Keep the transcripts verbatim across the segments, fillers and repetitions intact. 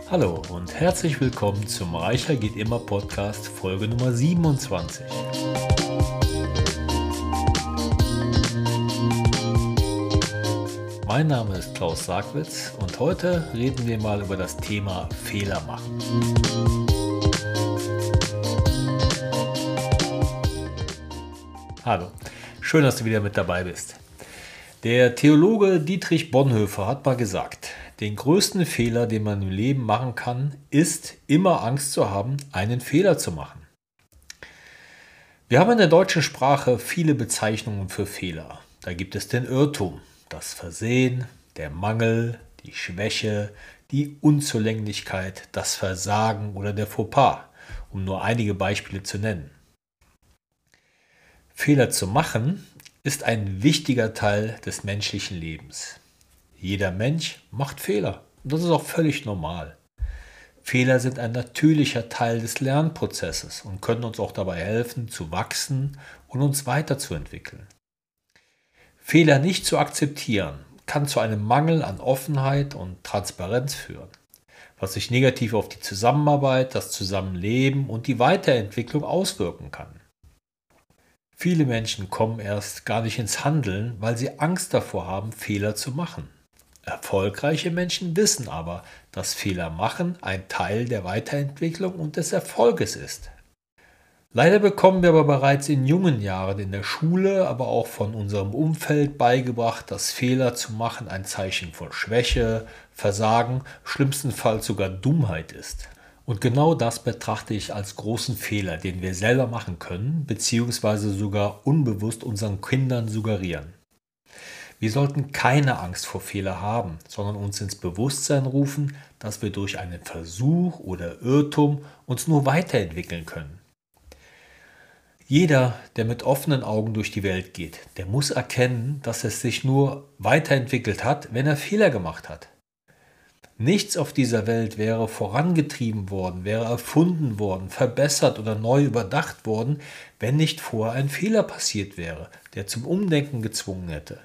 Hallo und herzlich willkommen zum Reicher geht immer Podcast Folge Nummer siebenundzwanzig. Mein Name ist Klaus Sargwitz und heute reden wir mal über das Thema Fehler machen. Hallo, schön, dass du wieder mit dabei bist. Der Theologe Dietrich Bonhoeffer hat mal gesagt, den größten Fehler, den man im Leben machen kann, ist, immer Angst zu haben, einen Fehler zu machen. Wir haben in der deutschen Sprache viele Bezeichnungen für Fehler. Da gibt es den Irrtum, das Versehen, der Mangel, die Schwäche, die Unzulänglichkeit, das Versagen oder der Fauxpas, um nur einige Beispiele zu nennen. Fehler zu machen ist ein wichtiger Teil des menschlichen Lebens. Jeder Mensch macht Fehler und das ist auch völlig normal. Fehler sind ein natürlicher Teil des Lernprozesses und können uns auch dabei helfen, zu wachsen und uns weiterzuentwickeln. Fehler nicht zu akzeptieren, kann zu einem Mangel an Offenheit und Transparenz führen, was sich negativ auf die Zusammenarbeit, das Zusammenleben und die Weiterentwicklung auswirken kann. Viele Menschen kommen erst gar nicht ins Handeln, weil sie Angst davor haben, Fehler zu machen. Erfolgreiche Menschen wissen aber, dass Fehler machen ein Teil der Weiterentwicklung und des Erfolges ist. Leider bekommen wir aber bereits in jungen Jahren in der Schule, aber auch von unserem Umfeld beigebracht, dass Fehler zu machen ein Zeichen von Schwäche, Versagen, schlimmstenfalls sogar Dummheit ist. Und genau das betrachte ich als großen Fehler, den wir selber machen können, beziehungsweise sogar unbewusst unseren Kindern suggerieren. Wir sollten keine Angst vor Fehler haben, sondern uns ins Bewusstsein rufen, dass wir durch einen Versuch oder Irrtum uns nur weiterentwickeln können. Jeder, der mit offenen Augen durch die Welt geht, der muss erkennen, dass es sich nur weiterentwickelt hat, wenn er Fehler gemacht hat. Nichts auf dieser Welt wäre vorangetrieben worden, wäre erfunden worden, verbessert oder neu überdacht worden, wenn nicht vorher ein Fehler passiert wäre, der zum Umdenken gezwungen hätte.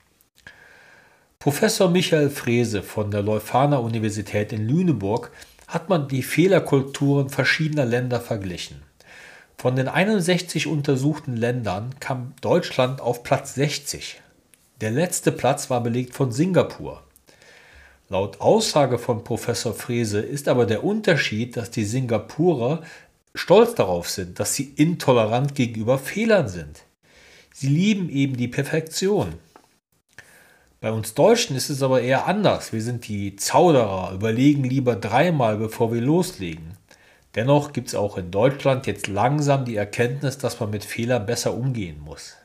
Professor Michael Frese von der Leuphana-Universität in Lüneburg hat man die Fehlerkulturen verschiedener Länder verglichen. Von den einundsechzig untersuchten Ländern kam Deutschland auf Platz sechzig. Der letzte Platz war belegt von Singapur. Laut Aussage von Professor Frese ist aber der Unterschied, dass die Singapurer stolz darauf sind, dass sie intolerant gegenüber Fehlern sind. Sie lieben eben die Perfektion. Bei uns Deutschen ist es aber eher anders. Wir sind die Zauderer, überlegen lieber dreimal, bevor wir loslegen. Dennoch gibt es auch in Deutschland jetzt langsam die Erkenntnis, dass man mit Fehlern besser umgehen muss.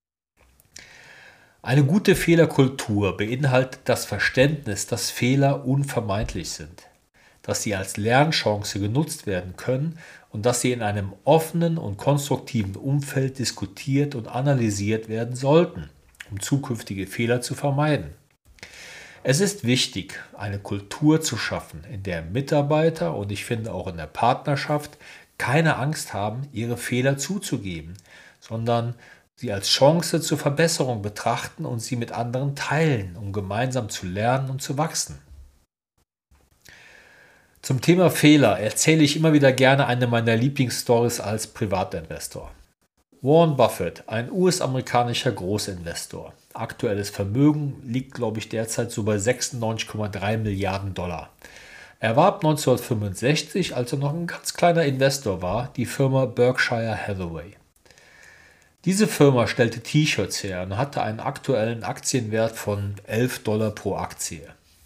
Eine gute Fehlerkultur beinhaltet das Verständnis, dass Fehler unvermeidlich sind, dass sie als Lernchance genutzt werden können und dass sie in einem offenen und konstruktiven Umfeld diskutiert und analysiert werden sollten, um zukünftige Fehler zu vermeiden. Es ist wichtig, eine Kultur zu schaffen, in der Mitarbeiter und ich finde auch in der Partnerschaft keine Angst haben, ihre Fehler zuzugeben, sondern sie als Chance zur Verbesserung betrachten und sie mit anderen teilen, um gemeinsam zu lernen und zu wachsen. Zum Thema Fehler erzähle ich immer wieder gerne eine meiner Lieblingsstories als Privatinvestor. Warren Buffett, ein U S-amerikanischer Großinvestor. Aktuelles Vermögen liegt, glaube ich, derzeit so bei sechsundneunzig Komma drei Milliarden Dollar. Er erwarb neunzehnhundertfünfundsechzig, als er noch ein ganz kleiner Investor war, die Firma Berkshire Hathaway. Diese Firma stellte T-Shirts her und hatte einen aktuellen Aktienwert von elf Dollar pro Aktie.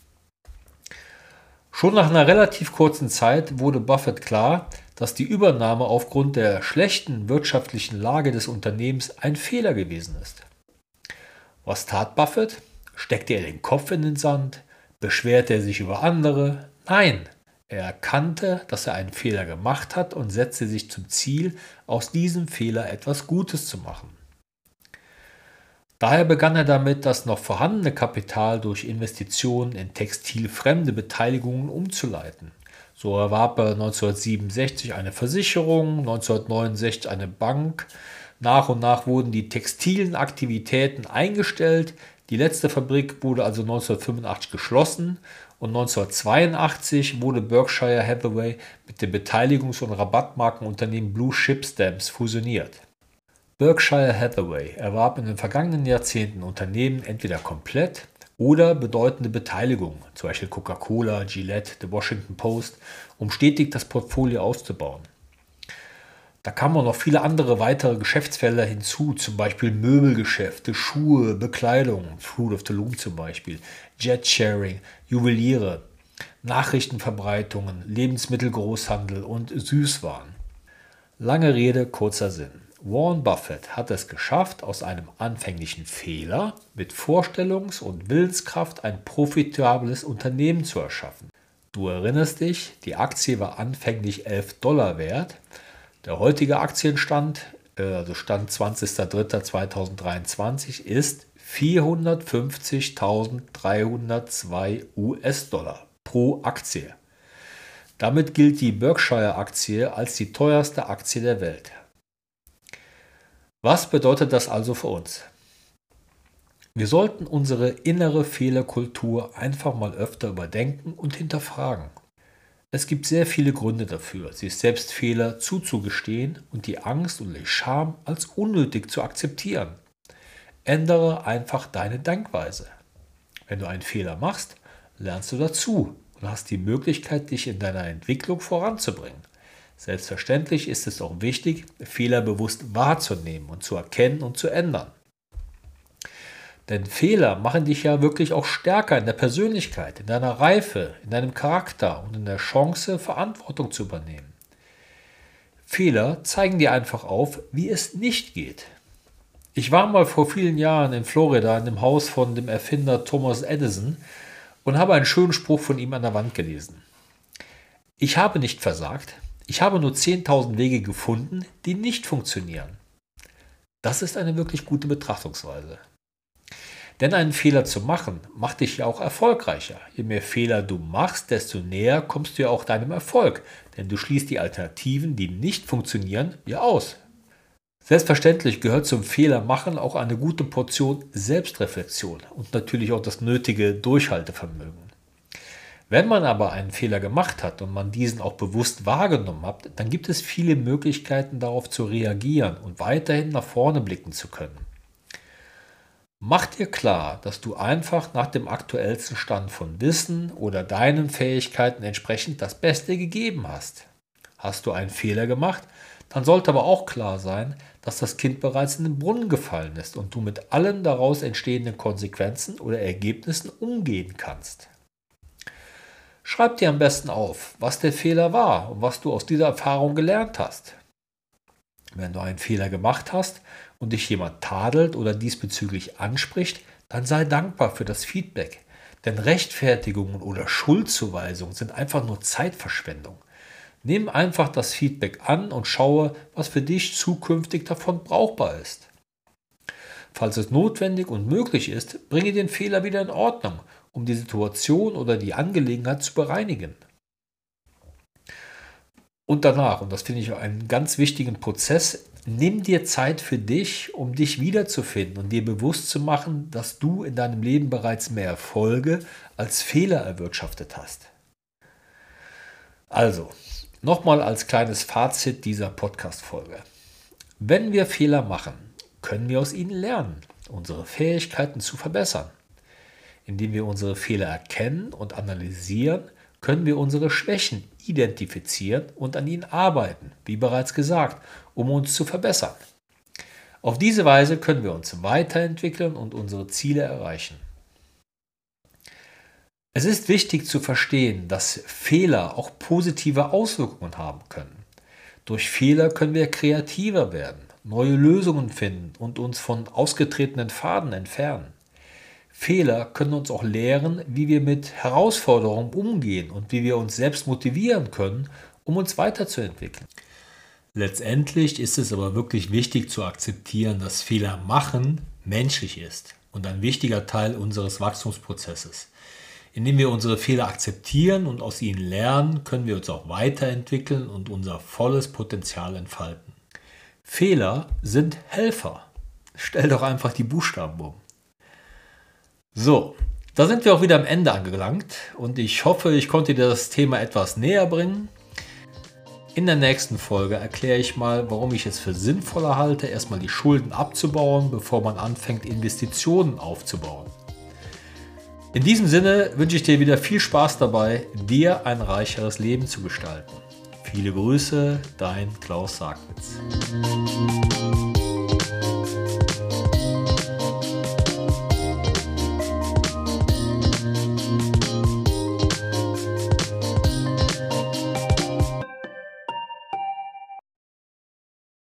Schon nach einer relativ kurzen Zeit wurde Buffett klar, dass die Übernahme aufgrund der schlechten wirtschaftlichen Lage des Unternehmens ein Fehler gewesen ist. Was tat Buffett? Steckte er den Kopf in den Sand? Beschwerte er sich über andere? Nein! Er erkannte, dass er einen Fehler gemacht hat und setzte sich zum Ziel, aus diesem Fehler etwas Gutes zu machen. Daher begann er damit, das noch vorhandene Kapital durch Investitionen in textilfremde Beteiligungen umzuleiten. So erwarb er neunzehnhundertsiebenundsechzig eine Versicherung, neunzehnhundertneunundsechzig eine Bank. Nach und nach wurden die textilen Aktivitäten eingestellt. Die letzte Fabrik wurde also neunzehnhundertfünfundachtzig geschlossen und neunzehnhundertzweiundachtzig wurde Berkshire Hathaway mit dem Beteiligungs- und Rabattmarkenunternehmen Blue Chip Stamps fusioniert. Berkshire Hathaway erwarb in den vergangenen Jahrzehnten Unternehmen entweder komplett oder bedeutende Beteiligungen, zum Beispiel Coca-Cola, Gillette, The Washington Post, um stetig das Portfolio auszubauen. Da kamen noch viele andere weitere Geschäftsfelder hinzu, zum Beispiel Möbelgeschäfte, Schuhe, Bekleidung, Fruit of the Loom zum Beispiel, Jet-Sharing, Juweliere, Nachrichtenverbreitungen, Lebensmittelgroßhandel und Süßwaren. Lange Rede, kurzer Sinn. Warren Buffett hat es geschafft, aus einem anfänglichen Fehler mit Vorstellungs- und Willenskraft ein profitables Unternehmen zu erschaffen. Du erinnerst dich, die Aktie war anfänglich elf Dollar wert. Der heutige Aktienstand, also Stand zwanzigster dritter zweitausenddreiundzwanzig, ist vierhundertfünfzigtausenddreihundertzwei U S-Dollar pro Aktie. Damit gilt die Berkshire-Aktie als die teuerste Aktie der Welt. Was bedeutet das also für uns? Wir sollten unsere innere Fehlerkultur einfach mal öfter überdenken und hinterfragen. Es gibt sehr viele Gründe dafür, sich selbst Fehler zuzugestehen und die Angst und die Scham als unnötig zu akzeptieren. Ändere einfach deine Denkweise. Wenn du einen Fehler machst, lernst du dazu und hast die Möglichkeit, dich in deiner Entwicklung voranzubringen. Selbstverständlich ist es auch wichtig, Fehler bewusst wahrzunehmen und zu erkennen und zu ändern. Denn Fehler machen dich ja wirklich auch stärker in der Persönlichkeit, in deiner Reife, in deinem Charakter und in der Chance, Verantwortung zu übernehmen. Fehler zeigen dir einfach auf, wie es nicht geht. Ich war mal vor vielen Jahren in Florida in dem Haus von dem Erfinder Thomas Edison und habe einen schönen Spruch von ihm an der Wand gelesen. Ich habe nicht versagt, ich habe nur zehntausend Wege gefunden, die nicht funktionieren. Das ist eine wirklich gute Betrachtungsweise. Denn einen Fehler zu machen, macht dich ja auch erfolgreicher. Je mehr Fehler du machst, desto näher kommst du ja auch deinem Erfolg. Denn du schließt die Alternativen, die nicht funktionieren, ja aus. Selbstverständlich gehört zum Fehlermachen auch eine gute Portion Selbstreflexion und natürlich auch das nötige Durchhaltevermögen. Wenn man aber einen Fehler gemacht hat und man diesen auch bewusst wahrgenommen hat, dann gibt es viele Möglichkeiten darauf zu reagieren und weiterhin nach vorne blicken zu können. Mach dir klar, dass du einfach nach dem aktuellsten Stand von Wissen oder deinen Fähigkeiten entsprechend das Beste gegeben hast. Hast du einen Fehler gemacht, dann sollte aber auch klar sein, dass das Kind bereits in den Brunnen gefallen ist und du mit allen daraus entstehenden Konsequenzen oder Ergebnissen umgehen kannst. Schreib dir am besten auf, was der Fehler war und was du aus dieser Erfahrung gelernt hast. Wenn du einen Fehler gemacht hast und dich jemand tadelt oder diesbezüglich anspricht, dann sei dankbar für das Feedback. Denn Rechtfertigungen oder Schuldzuweisungen sind einfach nur Zeitverschwendung. Nimm einfach das Feedback an und schaue, was für dich zukünftig davon brauchbar ist. Falls es notwendig und möglich ist, bringe den Fehler wieder in Ordnung, um die Situation oder die Angelegenheit zu bereinigen. Und danach, und das finde ich einen ganz wichtigen Prozess, nimm dir Zeit für dich, um dich wiederzufinden und dir bewusst zu machen, dass du in deinem Leben bereits mehr Erfolge als Fehler erwirtschaftet hast. Also, nochmal als kleines Fazit dieser Podcast-Folge. Wenn wir Fehler machen, können wir aus ihnen lernen, unsere Fähigkeiten zu verbessern. Indem wir unsere Fehler erkennen und analysieren, können wir unsere Schwächen identifizieren und an ihnen arbeiten, wie bereits gesagt, um uns zu verbessern. Auf diese Weise können wir uns weiterentwickeln und unsere Ziele erreichen. Es ist wichtig zu verstehen, dass Fehler auch positive Auswirkungen haben können. Durch Fehler können wir kreativer werden, neue Lösungen finden und uns von ausgetretenen Pfaden entfernen. Fehler können uns auch lehren, wie wir mit Herausforderungen umgehen und wie wir uns selbst motivieren können, um uns weiterzuentwickeln. Letztendlich ist es aber wirklich wichtig zu akzeptieren, dass Fehler machen menschlich ist und ein wichtiger Teil unseres Wachstumsprozesses. Indem wir unsere Fehler akzeptieren und aus ihnen lernen, können wir uns auch weiterentwickeln und unser volles Potenzial entfalten. Fehler sind Helfer. Stell doch einfach die Buchstaben um. So, Da sind wir auch wieder am Ende angelangt und ich hoffe, ich konnte dir das Thema etwas näher bringen. In der nächsten Folge erkläre ich mal, warum ich es für sinnvoller halte, erstmal die Schulden abzubauen, bevor man anfängt, Investitionen aufzubauen. In diesem Sinne wünsche ich dir wieder viel Spaß dabei, dir ein reicheres Leben zu gestalten. Viele Grüße, dein Klaus Sargwitz.